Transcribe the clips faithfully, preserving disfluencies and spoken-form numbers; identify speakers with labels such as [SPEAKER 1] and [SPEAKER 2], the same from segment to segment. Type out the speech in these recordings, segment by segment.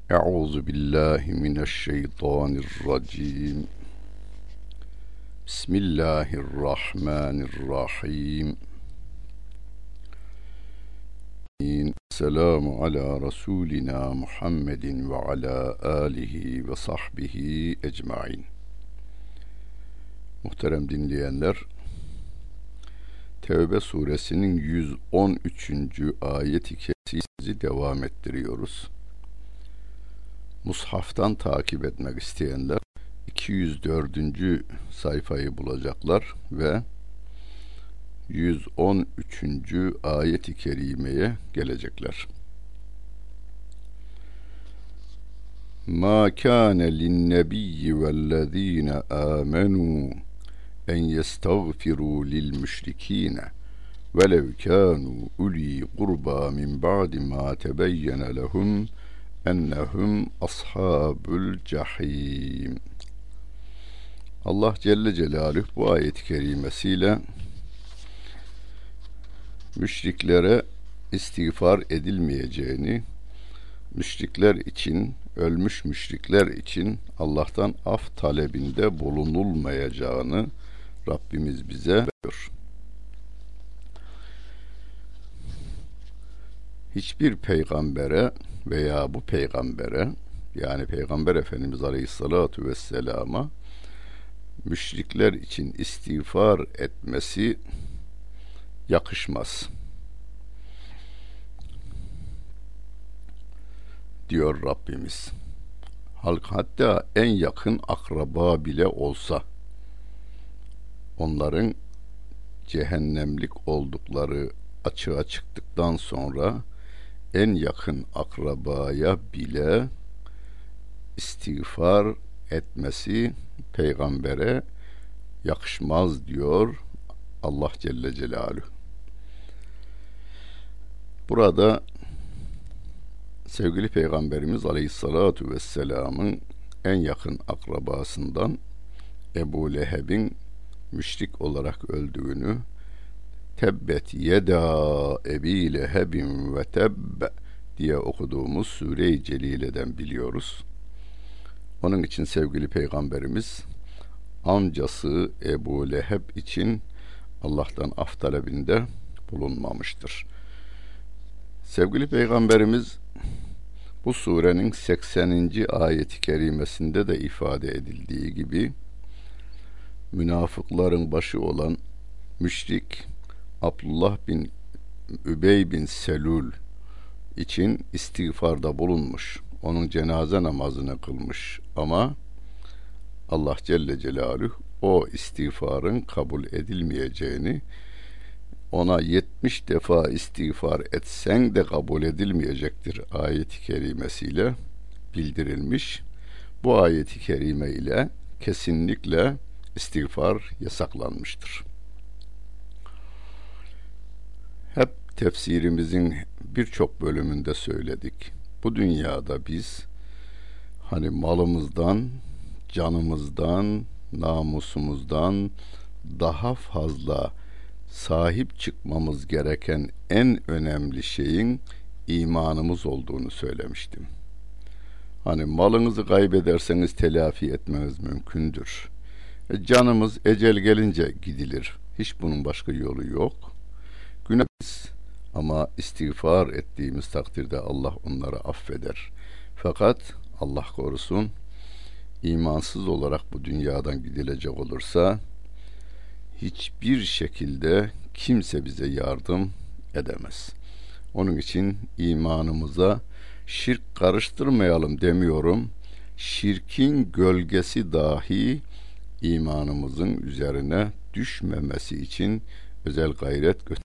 [SPEAKER 1] Euzu billahi mineşşeytanirracim. Bismillahirrahmanirrahim. Selamu ala Resulina Muhammedin ve ala alihi ve sahbihi ecmain. Muhterem dinleyenler, Tevbe suresinin yüz on üçüncü ayet-i kerimesi devam ettiriyoruz. Mushaftan takip etmek isteyenler iki yüz dördüncü sayfayı bulacaklar ve yüz on üçüncü ayet-i kerimeye gelecekler. Ma kana lin-nebiyyi vellezîne âmenû en yestağfirû lil-müşrikîne velev kânû ulî qurbâ min ba'di mâ tebeyyene lehum ennehum ashabul cahim. Allah Celle Celaluhu bu ayet-i kerimesiyle müşriklere istiğfar edilmeyeceğini, müşrikler için, ölmüş müşrikler için Allah'tan af talebinde bulunulmayacağını Rabbimiz bize veriyor. Hiçbir peygambere veya bu peygambere, yani Peygamber Efendimiz Aleyhissalatu Vesselam'a müşrikler için istiğfar etmesi yakışmaz diyor Rabbimiz. Halk hatta en yakın akraba bile olsa onların cehennemlik oldukları açığa çıktıktan sonra en yakın akrabaya bile istiğfar etmesi peygambere yakışmaz diyor Allah Celle Celaluhu. Burada sevgili Peygamberimiz Aleyhissalatu Vesselam'ın en yakın akrabasından Ebu Leheb'in müşrik olarak öldüğünü, Tebbet yeda Ebi Lehebin ve tebbe diye okuduğumuz Sure-i Celile'den biliyoruz. Onun için sevgili Peygamberimiz amcası Ebu Leheb için Allah'tan af talebinde bulunmamıştır. Sevgili Peygamberimiz bu surenin sekseninci ayeti kerimesinde de ifade edildiği gibi münafıkların başı olan müşrik Abdullah bin Übey bin Selul için istiğfarda bulunmuş. Onun cenaze namazını kılmış ama Allah Celle Celaluhu o istiğfarın kabul edilmeyeceğini, ona yetmiş defa istiğfar etsen de kabul edilmeyecektir ayet-i kerimesiyle bildirilmiş. Bu ayet-i kerime ile kesinlikle istiğfar yasaklanmıştır. Hep tefsirimizin birçok bölümünde söyledik. Bu dünyada biz hani malımızdan, canımızdan, namusumuzdan daha fazla sahip çıkmamız gereken en önemli şeyin imanımız olduğunu söylemiştim. Hani malınızı kaybederseniz telafi etmeniz mümkündür. E canımız ecel gelince gidilir. Hiç bunun başka yolu yok. Günahız ama istiğfar ettiğimiz takdirde Allah onları affeder. Fakat Allah korusun, imansız olarak bu dünyadan gidilecek olursa hiçbir şekilde kimse bize yardım edemez. Onun için imanımıza şirk karıştırmayalım demiyorum. Şirkin gölgesi dahi imanımızın üzerine düşmemesi için özel gayret göster.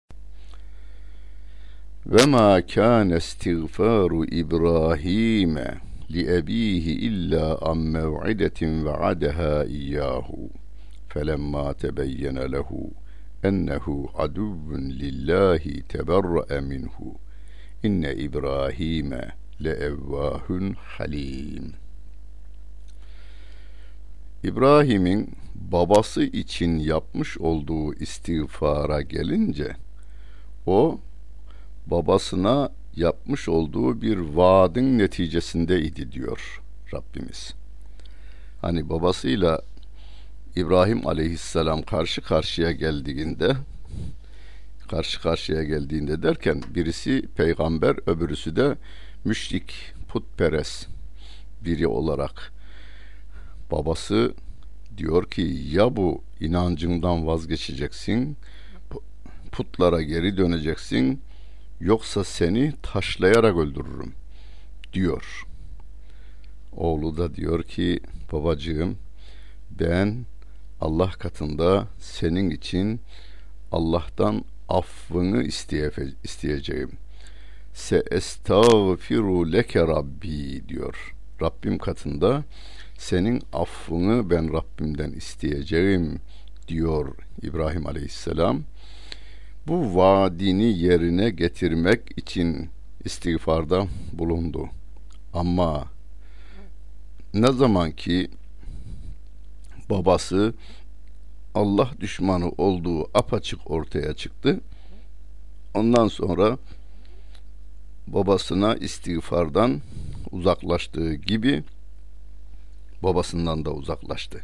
[SPEAKER 1] Ve ma kana istiğfaru İbrahim li abihi illa an mev'idetin va'adaha iyyahu felemma tebeyyene lehu ennehu aduvvun lillahi teberra'a minhu inne İbrahime leevvahun halim. İbrahim'in babası için yapmış olduğu istiğfara gelince o babasına yapmış olduğu bir vaadin neticesindeydi diyor Rabbimiz. Hani babasıyla İbrahim aleyhisselam karşı karşıya geldiğinde, karşı karşıya geldiğinde derken birisi peygamber, öbürüsü de müşrik, putperest biri olarak, babası diyor ki ya bu inancından vazgeçeceksin, putlara geri döneceksin, yoksa seni taşlayarak öldürürüm diyor. Oğlu da diyor ki babacığım, ben Allah katında senin için Allah'tan affını isteye- isteyeceğim. Se estağfiru leke Rabbi diyor. Rabbim katında senin affını ben Rabbimden isteyeceğim diyor İbrahim Aleyhisselam. Bu vaadini yerine getirmek için istiğfarda bulundu. Ama ne zaman ki babası Allah düşmanı olduğu apaçık ortaya çıktı, ondan sonra babasına istiğfardan uzaklaştığı gibi babasından da uzaklaştı.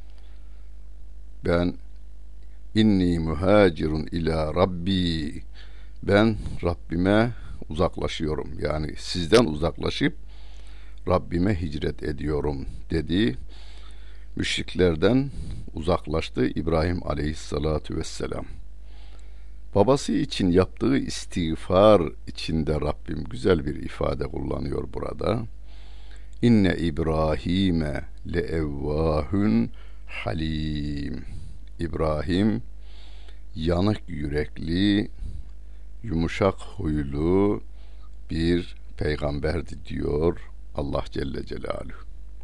[SPEAKER 1] Ben inni muhacirun ila Rabbi, ben Rabbime uzaklaşıyorum, yani sizden uzaklaşıp Rabbime hicret ediyorum dedi. Müşriklerden uzaklaştı İbrahim aleyhissalatu vesselam. Babası için yaptığı istiğfar içinde Rabbim güzel bir ifade kullanıyor burada. İnne İbrahim'e leevvâhün halim. İbrahim yanık yürekli, yumuşak huylu bir peygamberdi diyor Allah Celle Celaluhu.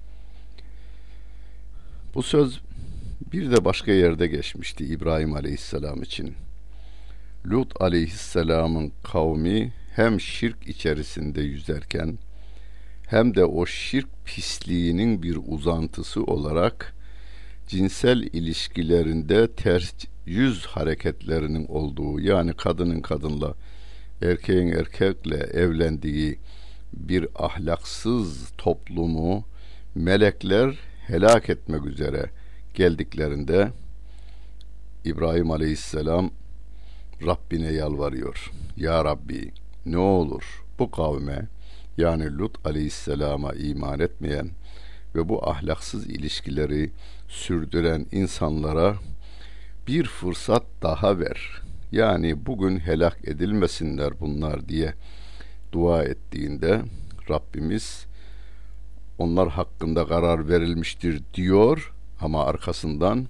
[SPEAKER 1] Bu söz bir de başka yerde geçmişti İbrahim Aleyhisselam için. Lut Aleyhisselam'ın kavmi hem şirk içerisinde yüzerken hem de o şirk pisliğinin bir uzantısı olarak cinsel ilişkilerinde ters yüz hareketlerinin olduğu, yani kadının kadınla, erkeğin erkekle evlendiği bir ahlaksız toplumu melekler helak etmek üzere geldiklerinde İbrahim Aleyhisselam Rabbine yalvarıyor. Ya Rabbi, ne olur bu kavme, yani Lut Aleyhisselam'a iman etmeyen ve bu ahlaksız ilişkileri sürdüren insanlara bir fırsat daha ver. Yani bugün helak edilmesinler bunlar diye dua ettiğinde Rabbimiz onlar hakkında karar verilmiştir diyor, ama arkasından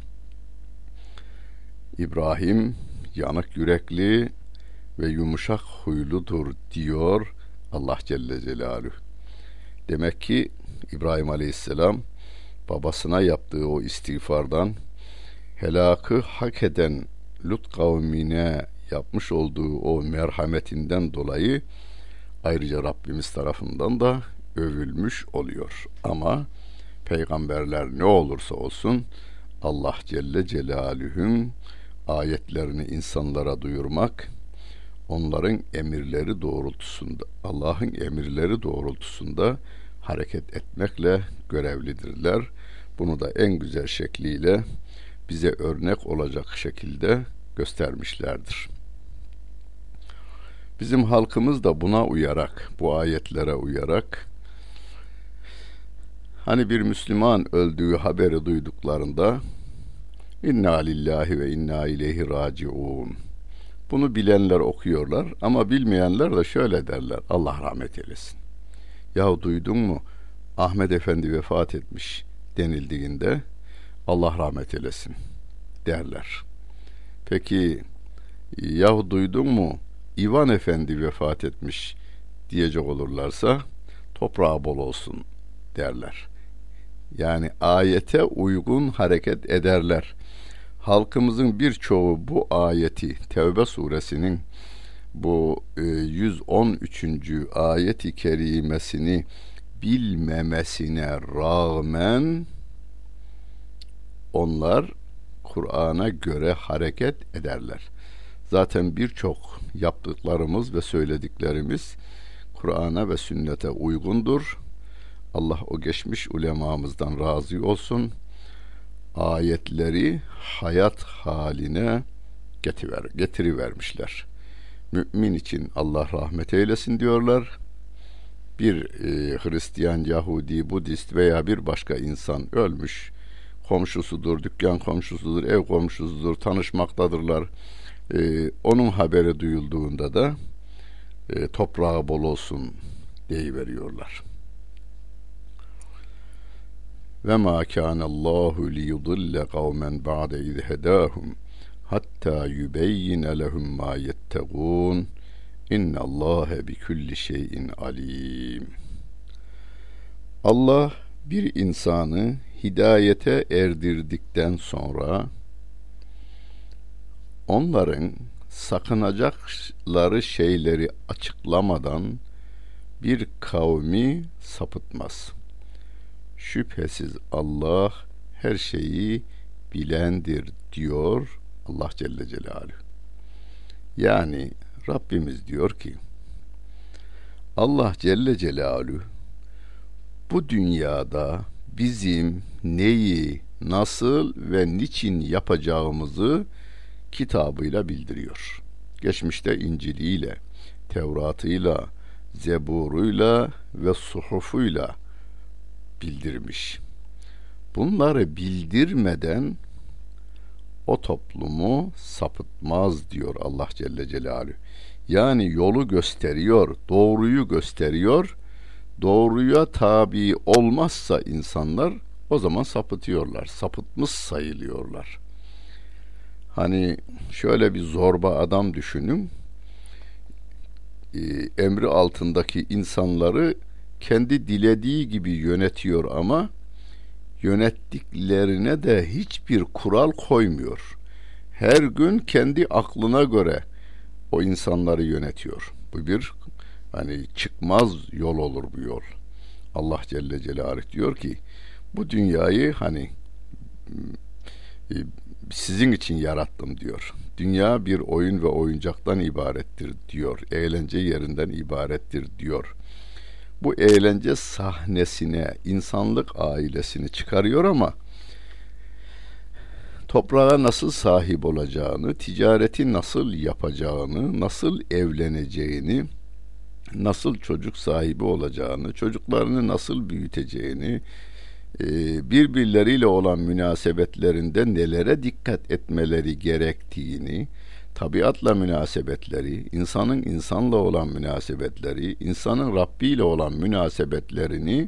[SPEAKER 1] İbrahim yanık yürekli ve yumuşak huyludur diyor Allah Celle Celaluhu. Demek ki İbrahim Aleyhisselam babasına yaptığı o istiğfardan, helakı hak eden Lut kavmine yapmış olduğu o merhametinden dolayı ayrıca Rabbimiz tarafından da övülmüş oluyor. Ama peygamberler ne olursa olsun Allah Celle Celaluhu'nun ayetlerini insanlara duyurmak, onların emirleri doğrultusunda, Allah'ın emirleri doğrultusunda hareket etmekle görevlidirler. Bunu da en güzel şekliyle bize örnek olacak şekilde göstermişlerdir. Bizim halkımız da buna uyarak, bu ayetlere uyarak, hani bir Müslüman öldüğü haberi duyduklarında İnna lillahi ve inna ileyhi raciun. Bunu bilenler okuyorlar ama bilmeyenler de şöyle derler: Allah rahmet eylesin. Yahu duydun mu? Ahmet Efendi vefat etmiş denildiğinde Allah rahmet eylesin derler. Peki yahu duydun mu? İvan Efendi vefat etmiş diyecek olurlarsa toprağı bol olsun derler. Yani ayete uygun hareket ederler. Halkımızın birçoğu bu ayeti, Tevbe suresinin bu e, yüz on üçüncü ayeti kerimesini bilmemesine rağmen onlar Kur'an'a göre hareket ederler. Zaten birçok yaptıklarımız ve söylediklerimiz Kur'an'a ve sünnete uygundur. Allah o geçmiş ulemamızdan razı olsun. Ayetleri hayat haline getiriver, getirivermişler. Mümin için Allah rahmet eylesin diyorlar. Bir e, Hristiyan, Yahudi, Budist veya bir başka insan ölmüş, komşusudur, dükkan komşusudur, ev komşusudur, tanışmaktadırlar. E, onun haberi duyulduğunda da e, toprağı bol olsun deyiveriyorlar. Ve ma kânallâhu liyudille kavmen ba'de iz hedâhum hatta yubeyyine lehum ma yettegûn innallâhe bikulli şeyin alim. Allah bir insanı hidayete erdirdikten sonra onların sakınacakları şeyleri açıklamadan bir kavmi sapıtmaz. Şüphesiz Allah her şeyi bilendir diyor Allah Celle Celaluhu. Yani Rabbimiz diyor ki, Allah Celle Celaluhu bu dünyada bizim neyi, nasıl ve niçin yapacağımızı kitabıyla bildiriyor. Geçmişte İncil'iyle, Tevrat'ıyla, Zebur'uyla ve Suhuf'uyla bildirmiş. Bunları bildirmeden o toplumu sapıtmaz diyor Allah Celle Celaluhu. Yani yolu gösteriyor, doğruyu gösteriyor. Doğruya tabi olmazsa insanlar o zaman sapıtıyorlar, sapıtmış sayılıyorlar. Hani şöyle bir zorba adam düşünün, ee, emri altındaki insanları kendi dilediği gibi yönetiyor ama yönettiklerine de hiçbir kural koymuyor. Her gün kendi aklına göre o insanları yönetiyor. Bu bir hani çıkmaz yol olur bu yol. Allah Celle Celaluhu diyor ki bu dünyayı hani sizin için yarattım diyor. Dünya bir oyun ve oyuncaktan ibarettir diyor. Eğlence yerinden ibarettir diyor. Bu eğlence sahnesine insanlık ailesini çıkarıyor ama toprağa nasıl sahip olacağını, ticareti nasıl yapacağını, nasıl evleneceğini, nasıl çocuk sahibi olacağını, çocuklarını nasıl büyüteceğini, birbirleriyle olan münasebetlerinde nelere dikkat etmeleri gerektiğini, tabiatla münasebetleri, insanın insanla olan münasebetleri, insanın Rabbi ile olan münasebetlerini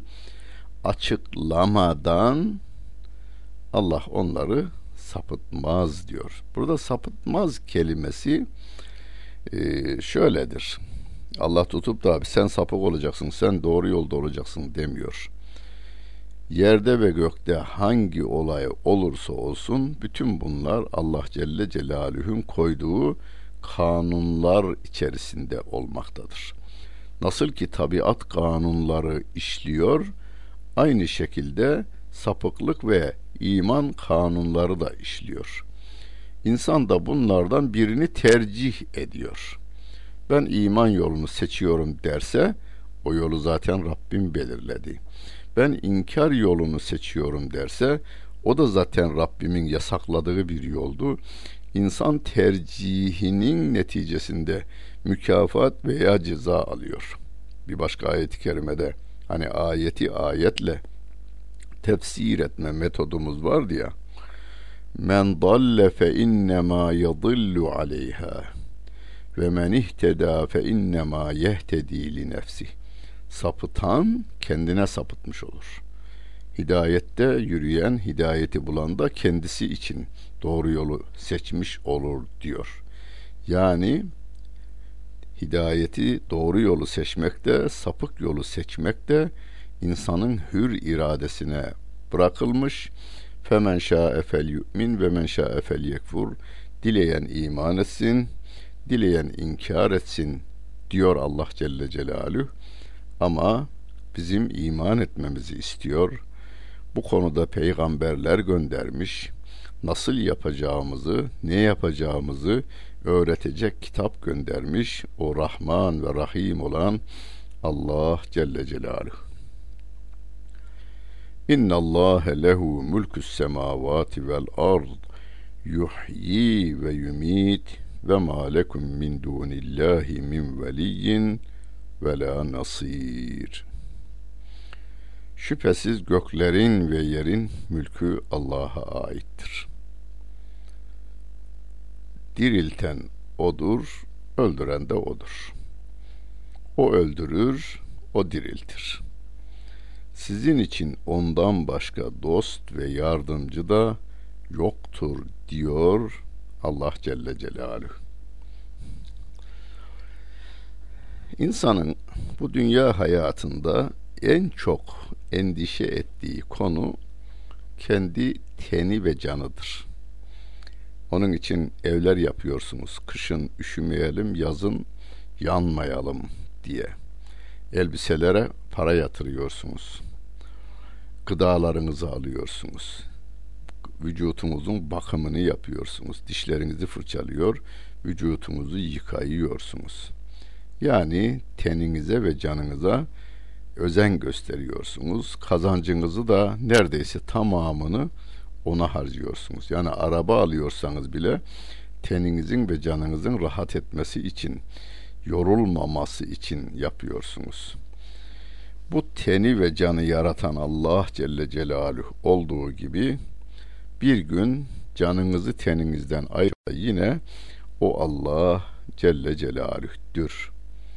[SPEAKER 1] açıklamadan Allah onları sapıtmaz diyor. Burada sapıtmaz kelimesi e, şöyledir. Allah tutup da sen sapık olacaksın, sen doğru yolda olacaksın demiyor. Yerde ve gökte hangi olay olursa olsun bütün bunlar Allah Celle Celaluhu'nun koyduğu kanunlar içerisinde olmaktadır. Nasıl ki tabiat kanunları işliyor, aynı şekilde sapıklık ve iman kanunları da işliyor. İnsan da bunlardan birini tercih ediyor. Ben iman yolunu seçiyorum derse o yolu zaten Rabbim belirledi. Ben inkar yolunu seçiyorum derse o da zaten Rabbimin yasakladığı bir yoldu. İnsan tercihinin neticesinde mükafat veya ceza alıyor. Bir başka ayet-i kerimede hani ayeti ayetle tefsir etme metodumuz vardı ya. Men dalle fe innema yadillu aleyha ve men ihteda fe innema yehtedi li nefsih. Sapıtan kendine sapıtmış olur. Hidayette yürüyen, hidayeti bulan da kendisi için doğru yolu seçmiş olur diyor. Yani hidayeti, doğru yolu seçmekte, sapık yolu seçmekte insanın hür iradesine bırakılmış. Femen şa'e fel yu'min ve men şa'e fel yekfur. Dileyen iman etsin, dileyen inkar etsin diyor Allah Celle Celaluhu. Ama bizim iman etmemizi istiyor. Bu konuda peygamberler göndermiş. Nasıl yapacağımızı, ne yapacağımızı öğretecek kitap göndermiş. O Rahman ve Rahim olan Allah Celle Celaluhu. İnna Allahe lehu mulkus semavati vel ard yuhyi ve yumit ve ma lekum min dunillahi min veliyyin ve la nasir. Şüphesiz göklerin ve yerin mülkü Allah'a aittir. Dirilten O'dur, öldüren de O'dur. O öldürür, O diriltir. Sizin için ondan başka dost ve yardımcı da yoktur diyor Allah Celle Celaluhu. İnsanın bu dünya hayatında en çok endişe ettiği konu kendi teni ve canıdır. Onun için evler yapıyorsunuz. Kışın üşümeyelim, yazın yanmayalım diye. Elbiselere para yatırıyorsunuz. Gıdalarınızı alıyorsunuz. Vücutunuzun bakımını yapıyorsunuz. Dişlerinizi fırçalıyor, vücutunuzu yıkayıyorsunuz. Yani teninize ve canınıza özen gösteriyorsunuz. Kazancınızı da neredeyse tamamını ona harcıyorsunuz. Yani araba alıyorsanız bile teninizin ve canınızın rahat etmesi için, yorulmaması için yapıyorsunuz. Bu teni ve canı yaratan Allah Celle Celaluhu olduğu gibi bir gün canınızı teninizden ayıran yine o Allah Celle Celaluhu'dur.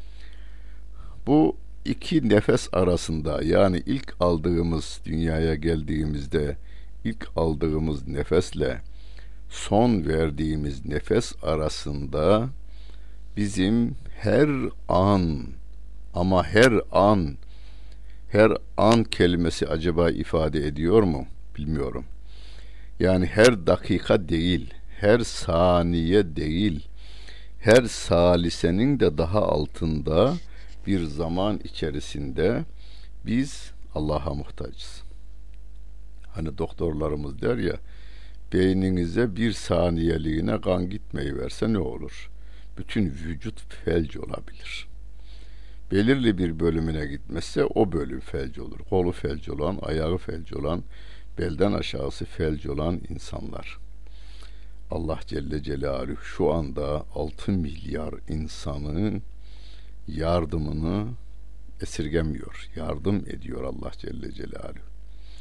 [SPEAKER 1] Bu iki nefes arasında, yani ilk aldığımız, dünyaya geldiğimizde ilk aldığımız nefesle son verdiğimiz nefes arasında bizim her an, ama her an, her an kelimesi acaba ifade ediyor mu bilmiyorum. Yani her dakika değil, her saniye değil, her salisenin de daha altında bir zaman içerisinde biz Allah'a muhtacız. Hani doktorlarımız der ya, beyninize bir saniyeliğine kan gitmeyi verse ne olur? Bütün vücut felç olabilir. Belirli bir bölümüne gitmezse o bölüm felç olur. Kolu felç olan, ayağı felç olan, belden aşağısı felç olan insanlar. Allah Celle Celaluhu şu anda altı milyar insanın yardımını esirgemiyor. Yardım ediyor Allah Celle Celaluhu.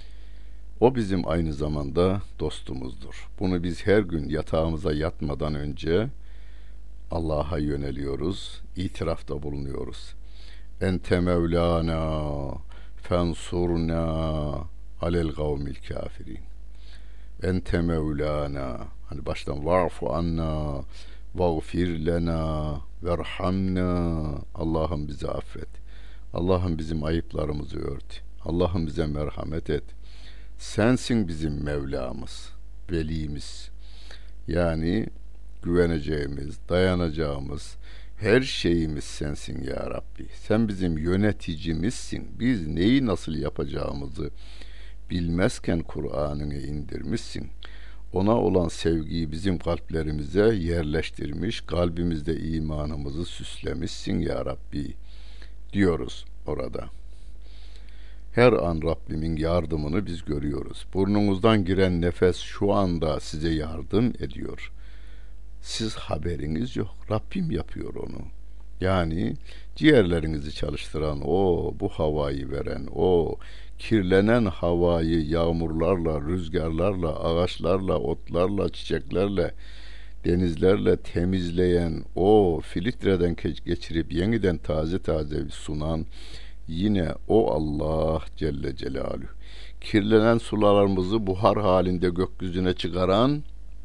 [SPEAKER 1] O bizim aynı zamanda dostumuzdur. Bunu biz her gün yatağımıza yatmadan önce Allah'a yöneliyoruz, itirafta bulunuyoruz. Ente Mevlana fensurna alel kavmil kafirin. Ente Mevlana, hani baştan va'fu anna vağfir lena verhamna. Allah'ım bizi affet. Allah'ım bizim ayıplarımızı ört. Allah'ım bize merhamet et. Sensin bizim Mevlamız, velimiz. Yani güveneceğimiz, dayanacağımız her şeyimiz sensin ya Rabbi. Sen bizim yöneticimizsin. Biz neyi nasıl yapacağımızı bilmezken Kur'an'ını indirmişsin. Ona olan sevgiyi bizim kalplerimize yerleştirmiş, kalbimizde imanımızı süslemişsin ya Rabbi diyoruz orada. Her an Rabbimin yardımını biz görüyoruz. Burnumuzdan giren nefes şu anda size yardım ediyor. Siz haberiniz yok. Rabbim yapıyor onu. Yani ciğerlerinizi çalıştıran o, bu havayı veren o, kirlenen havayı yağmurlarla, rüzgarlarla, ağaçlarla, otlarla, çiçeklerle, denizlerle temizleyen o, filtreden geçirip yeniden taze taze sunan yine o Allah Celle Celaluhu. Kirlenen sularımızı buhar halinde gökyüzüne çıkaran,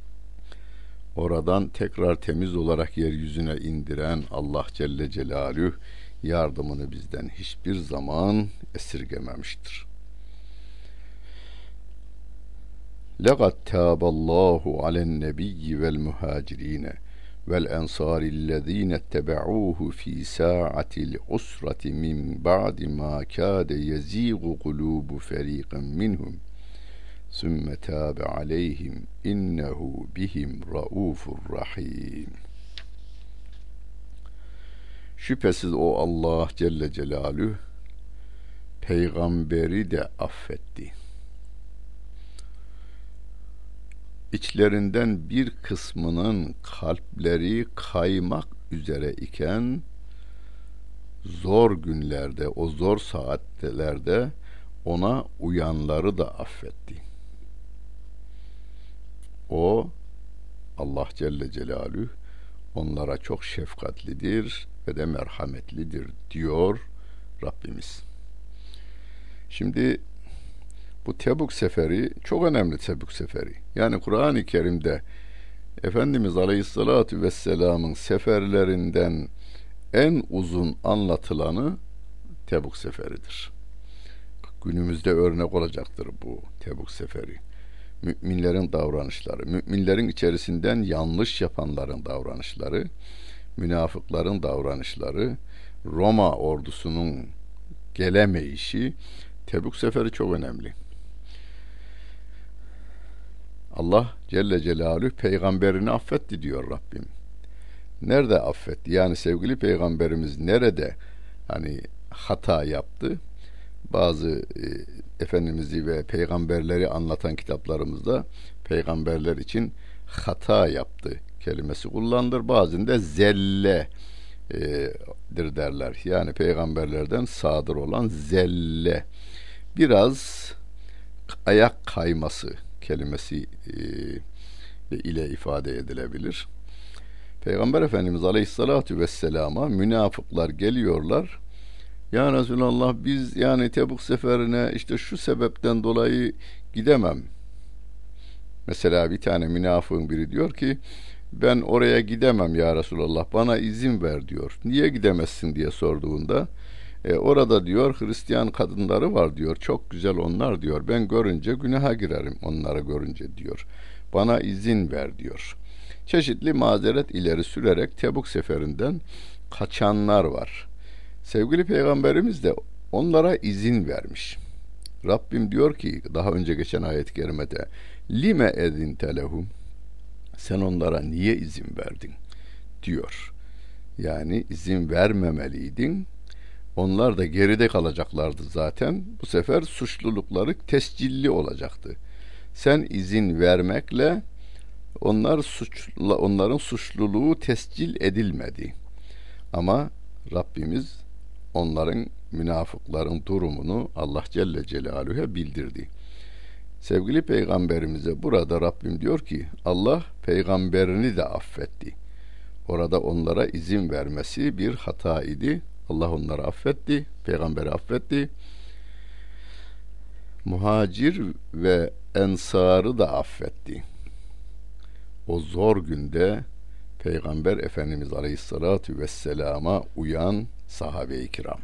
[SPEAKER 1] oradan tekrar temiz olarak yeryüzüne indiren Allah Celle Celaluhu yardımını bizden hiçbir zaman esirgememiştir. لَقَدْ تَابَ اللّٰهُ عَلَى النَّبِيِّ وَالْمُهَاجِرِينَ وَالْاَنْصَارِ الَّذ۪ينَ اتَّبَعُوهُ ف۪ي سَاعَةِ الْعُسْرَةِ مِنْ بَعْدِ مَا كَادَ يَز۪يغُ قُلُوبُ فَر۪يقٍ مِّنْهُمْ ثُمَّ تَابَ عَلَيْهِمْ اِنَّهُ بِهِمْ رَءُوفٌ رَحِيمٌ. Şüphesiz o Allah Celle Celaluhu peygamberi de affetti. İçlerinden bir kısmının kalpleri kaymak üzere iken zor günlerde, o zor saatlerde ona uyanları da affetti. O Allah Celle Celaluhu onlara çok şefkatlidir ve de merhametlidir diyor Rabbimiz. Şimdi bu Tebuk seferi çok önemli, Tebuk seferi. Yani Kur'an-ı Kerim'de Efendimiz Aleyhisselatü Vesselam'ın seferlerinden en uzun anlatılanı Tebuk seferidir. Günümüzde örnek olacaktır bu Tebuk seferi. Müminlerin davranışları, müminlerin içerisinden yanlış yapanların davranışları, münafıkların davranışları, Roma ordusunun gelemeyişi, Tebuk seferi çok önemli. Allah Celle Celaluhu peygamberini affetti diyor Rabbim. Nerede affetti? Yani sevgili peygamberimiz nerede hani hata yaptı? Bazı e, Efendimiz'i ve peygamberleri anlatan kitaplarımızda peygamberler için hata yaptı kelimesi kullanılır. Bazen de zelle e, dir derler. Yani peygamberlerden sadır olan zelle. Biraz ayak kayması kelimesi e, ile ifade edilebilir. Peygamber Efendimiz Aleyhisselatü Vesselam'a münafıklar geliyorlar. Ya Resulallah, biz yani Tebuk seferine işte şu sebepten dolayı gidemem. Mesela bir tane münafığın biri diyor ki ben oraya gidemem ya Resulallah, bana izin ver diyor. Niye gidemezsin diye sorduğunda e, orada diyor Hristiyan kadınları var diyor. Çok güzel onlar diyor. Ben görünce günaha girerim onları görünce diyor. Bana izin ver diyor. Çeşitli mazeret ileri sürerek Tebuk seferinden kaçanlar var. Sevgili Peygamberimiz de onlara izin vermiş. Rabbim diyor ki daha önce geçen ayet-i kerimede lime ezinte lehum, sen onlara niye izin verdin diyor. Yani izin vermemeliydin. Onlar da geride kalacaklardı zaten. Bu sefer suçlulukları tescilli olacaktı. Sen izin vermekle onlar suçla, onların suçluluğu tescil edilmedi. Ama Rabbimiz onların, münafıkların durumunu Allah Celle Celaluhu'ya bildirdi. Sevgili peygamberimize burada Rabbim diyor ki Allah peygamberini de affetti. Orada onlara izin vermesi bir hata idi. Allah onları affetti, peygamberi affetti. Muhacir ve ensarı da affetti. O zor günde Peygamber Efendimiz Aleyhisselatü Vesselam'a uyan sahabe-i kiram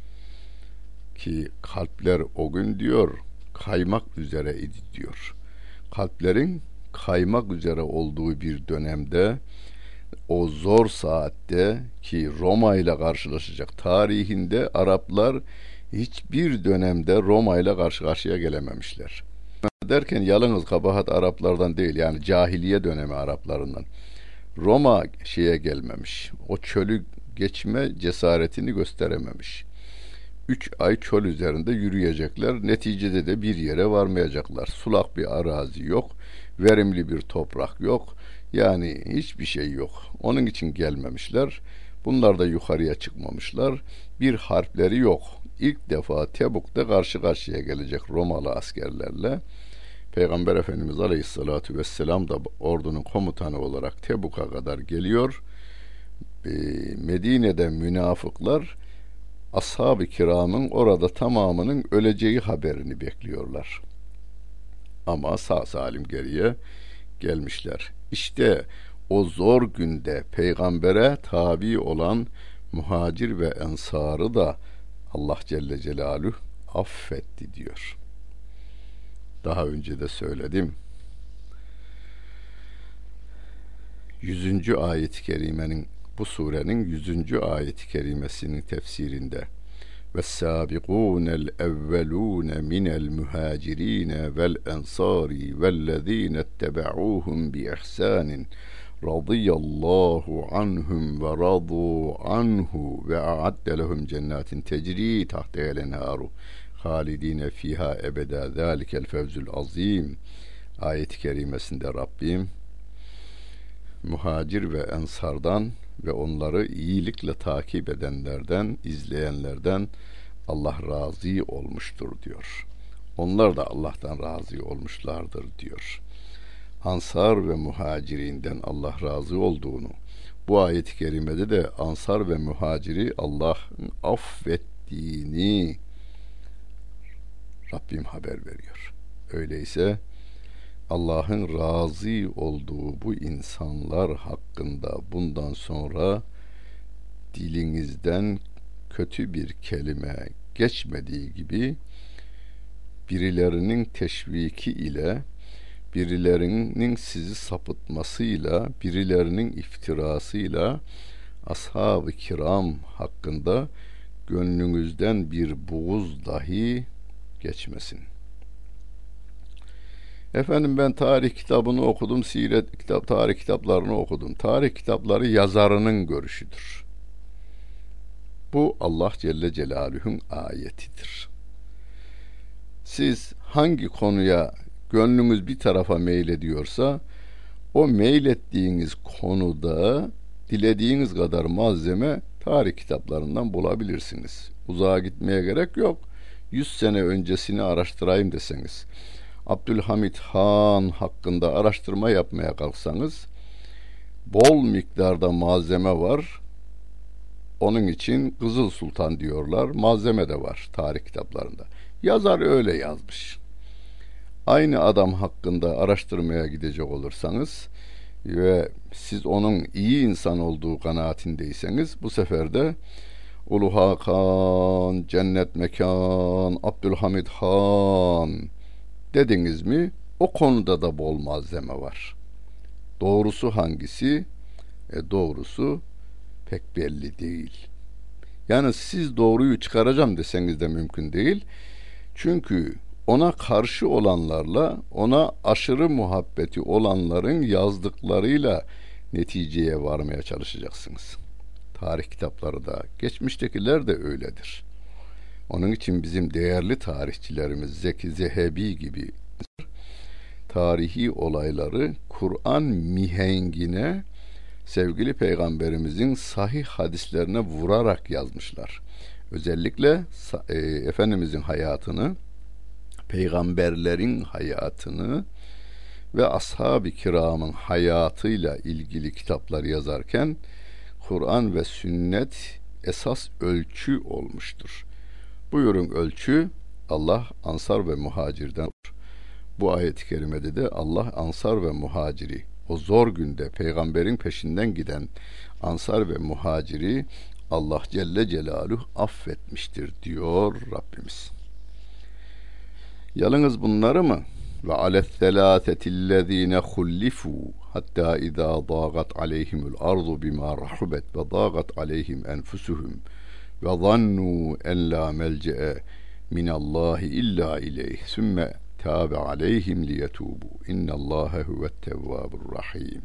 [SPEAKER 1] ki kalpler o gün diyor kaymak üzere idi diyor. Kalplerin kaymak üzere olduğu bir dönemde, o zor saatte ki Roma ile karşılaşacak, tarihinde Araplar hiçbir dönemde Roma ile karşı karşıya gelememişler. Derken yalnız kabahat Araplardan değil, yani cahiliye dönemi Araplarından. Roma şeye gelmemiş. O çölü geçme cesaretini gösterememiş. Üç ay çöl üzerinde yürüyecekler. Neticede de bir yere varmayacaklar. Sulak bir arazi yok. Verimli bir toprak yok. Yani hiçbir şey yok. Onun için gelmemişler. Bunlar da yukarıya çıkmamışlar. Bir harpleri yok. İlk defa Tebuk'ta karşı karşıya gelecek Romalı askerlerle. Peygamber Efendimiz Aleyhisselatü Vesselam da ordunun komutanı olarak Tebuk'a kadar geliyor. Ee, Medine'de münafıklar ashab-ı kiramın orada tamamının öleceği haberini bekliyorlar. Ama sağ salim geriye gelmişler. İşte o zor günde peygambere tabi olan muhacir ve ensarı da Allah Celle Celaluhu affetti diyor. Daha önce de söyledim. Yüzüncü ayet-i kerimenin, bu surenin yüzüncü ayet-i kerimesinin tefsirinde وَالسَّابِقُونَ الْاَوَّلُونَ مِنَ الْمُهَاجِرِينَ وَالْاَنْصَارِ وَالَّذ۪ينَ اتَّبَعُوهُمْ بِإِحْسَانٍ radıyallahu anhum ve radu anhu ve a'adde lehum cennetin tecri tahteha'l enharu halidine fiha ebeda zalikel fevzul azim. Ayet-i kerimesinde Rabbim muhacir ve ensardan ve onları iyilikle takip edenlerden, izleyenlerden Allah razı olmuştur diyor. Onlar da Allah'tan razı olmuşlardır diyor. Ansar ve muhacirinden Allah razı olduğunu, bu ayet-i kerimede de ansar ve muhaciri Allah'ın affettiğini Rabbim haber veriyor. Öyleyse Allah'ın razı olduğu bu insanlar hakkında bundan sonra dilinizden kötü bir kelime geçmediği gibi birilerinin teşviki ile, birilerinin sizi sapıtmasıyla, birilerinin iftirasıyla ashab-ı kiram hakkında gönlünüzden bir buğuz dahi geçmesin. Efendim ben tarih kitabını okudum, siret kitap, tarih kitaplarını okudum. Tarih kitapları yazarının görüşüdür. Bu Allah Celle Celaluhu'nun ayetidir. Siz hangi konuya gönlünüz bir tarafa meylediyorsa, o meylettiğiniz konuda dilediğiniz kadar malzeme tarih kitaplarından bulabilirsiniz. Uzağa gitmeye gerek yok. Yüz sene öncesini araştırayım deseniz, Abdülhamit Han hakkında araştırma yapmaya kalksanız, bol miktarda malzeme var. Onun için Kızıl Sultan diyorlar. Malzeme de var tarih kitaplarında. Yazar öyle yazmış. Aynı adam hakkında araştırmaya gidecek olursanız ve siz onun iyi insan olduğu kanaatindeyseniz, bu sefer de Ulu Hakan, Cennet Mekan, Abdülhamid Han dediniz mi, o konuda da bol malzeme var. Doğrusu hangisi? E doğrusu pek belli değil. Yani siz doğruyu çıkaracağım deseniz de mümkün değil. Çünkü ona karşı olanlarla, ona aşırı muhabbeti olanların yazdıklarıyla neticeye varmaya çalışacaksınız. Tarih kitapları da, geçmiştekiler de öyledir. Onun için bizim değerli tarihçilerimiz Zeki Zehebi gibi tarihi olayları Kur'an mihengine, sevgili Peygamberimizin sahih hadislerine vurarak yazmışlar. Özellikle e, Efendimizin hayatını, peygamberlerin hayatını ve ashab-ı kiramın hayatıyla ilgili kitaplar yazarken Kur'an ve sünnet esas ölçü olmuştur. Buyurun ölçü Allah ansar ve muhacirden. Bu ayet-i kerimede de Allah ansar ve muhaciri, o zor günde peygamberin peşinden giden ansar ve muhaciri Allah Celle Celaluhu affetmiştir diyor Rabbimiz. Yalnız bunları mı? Ve aletzelâsetillezîne hullifû hattâ idâ dâgat aleyhimul ardu bimâ rahubet ve dâgat aleyhim enfusuhum ve zannû en lâ melce'e minallâhi illâ ileyh sümme tâbe aleyhim liyetûbû innallâhe huvettevvâburrahîm.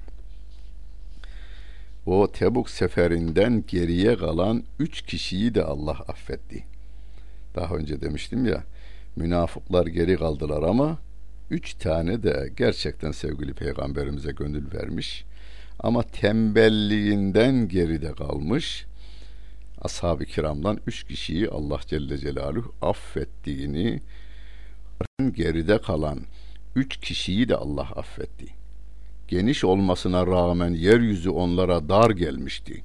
[SPEAKER 1] O Tebuk seferinden geriye kalan üç kişiyi de Allah affetti. Daha önce demiştim ya, münafıklar geri kaldılar ama üç tane de gerçekten sevgili peygamberimize gönül vermiş ama tembelliğinden geride kalmış ashab-ı kiramdan üç kişiyi Allah Celle Celaluhu affettiğini, geride kalan üç kişiyi de Allah affetti. Geniş olmasına rağmen yeryüzü onlara dar gelmişti.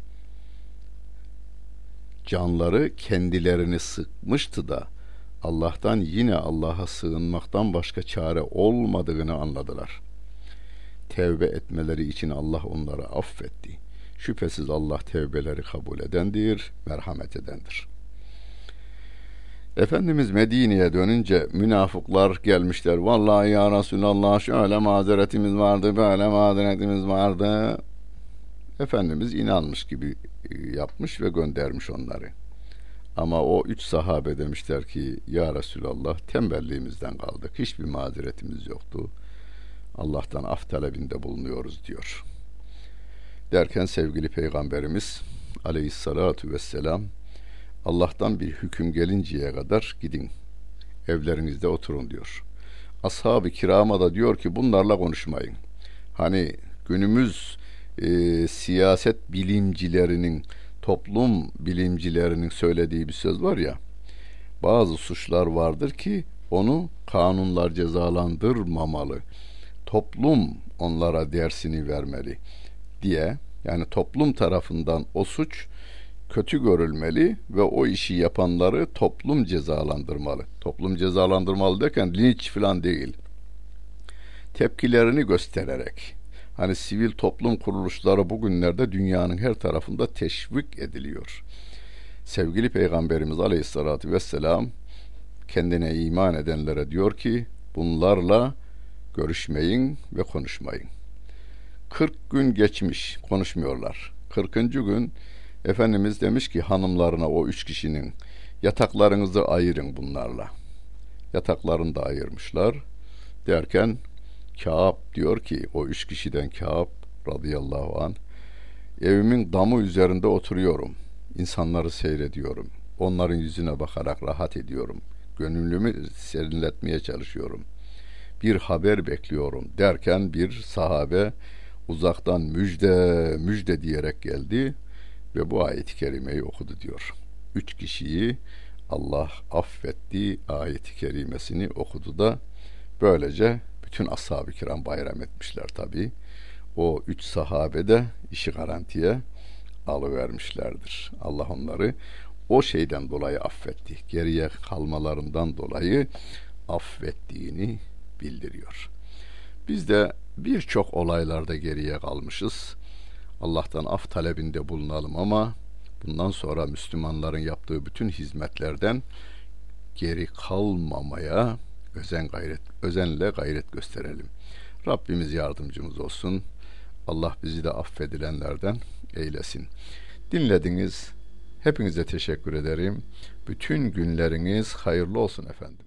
[SPEAKER 1] Canları kendilerini sıkmıştı da Allah'tan yine Allah'a sığınmaktan başka çare olmadığını anladılar. Tevbe etmeleri için Allah onları affetti. Şüphesiz Allah tevbeleri kabul edendir, merhamet edendir. Efendimiz Medine'ye dönünce münafıklar gelmişler. Vallahi ya Resulallah şöyle mazeretimiz vardı, böyle mazeretimiz vardı. Efendimiz inanmış gibi yapmış ve göndermiş onları. Ama o üç sahabe demişler ki ya Resulallah tembelliğimizden kaldık. Hiçbir mazeretimiz yoktu. Allah'tan af talebinde bulunuyoruz diyor. Derken sevgili Peygamberimiz aleyhissalatu vesselam Allah'tan bir hüküm gelinceye kadar gidin, evlerinizde oturun diyor. Ashab-ı kirama da diyor ki bunlarla konuşmayın. Hani günümüz e, siyaset bilimcilerinin, toplum bilimcilerinin söylediği bir söz var ya, bazı suçlar vardır ki onu kanunlar cezalandırmamalı, toplum onlara dersini vermeli diye. Yani toplum tarafından o suç kötü görülmeli ve o işi yapanları toplum cezalandırmalı. Toplum cezalandırmalı derken linç falan değil. Tepkilerini göstererek. Hani sivil toplum kuruluşları bugünlerde dünyanın her tarafında teşvik ediliyor. Sevgili Peygamberimiz Aleyhisselatü Vesselam kendine iman edenlere diyor ki bunlarla görüşmeyin ve konuşmayın. kırk gün geçmiş, konuşmuyorlar. kırkıncı gün Efendimiz demiş ki hanımlarına, o üç kişinin yataklarınızı ayırın bunlarla. Yataklarını da ayırmışlar. Derken Kâb diyor ki, o üç kişiden Kâb radıyallahu anh, evimin damı üzerinde oturuyorum. İnsanları seyrediyorum. Onların yüzüne bakarak rahat ediyorum. Gönlümü serinletmeye çalışıyorum. Bir haber bekliyorum derken bir sahabe uzaktan müjde müjde diyerek geldi ve bu ayet-i kerimeyi okudu diyor. Üç kişiyi Allah affetti ayet-i kerimesini okudu da böylece bütün ashab-ı kiram bayram etmişler tabi. O üç sahabe de işi garantiye alıvermişlerdir. Allah onları o şeyden dolayı affetti. Geriye kalmalarından dolayı affettiğini bildiriyor. Biz de birçok olaylarda geriye kalmışız. Allah'tan af talebinde bulunalım ama bundan sonra Müslümanların yaptığı bütün hizmetlerden geri kalmamaya özen gayret, özenle gayret gösterelim. Rabbimiz yardımcımız olsun. Allah bizi de affedilenlerden eylesin. Dinlediniz. Hepinize teşekkür ederim. Bütün günleriniz hayırlı olsun efendim.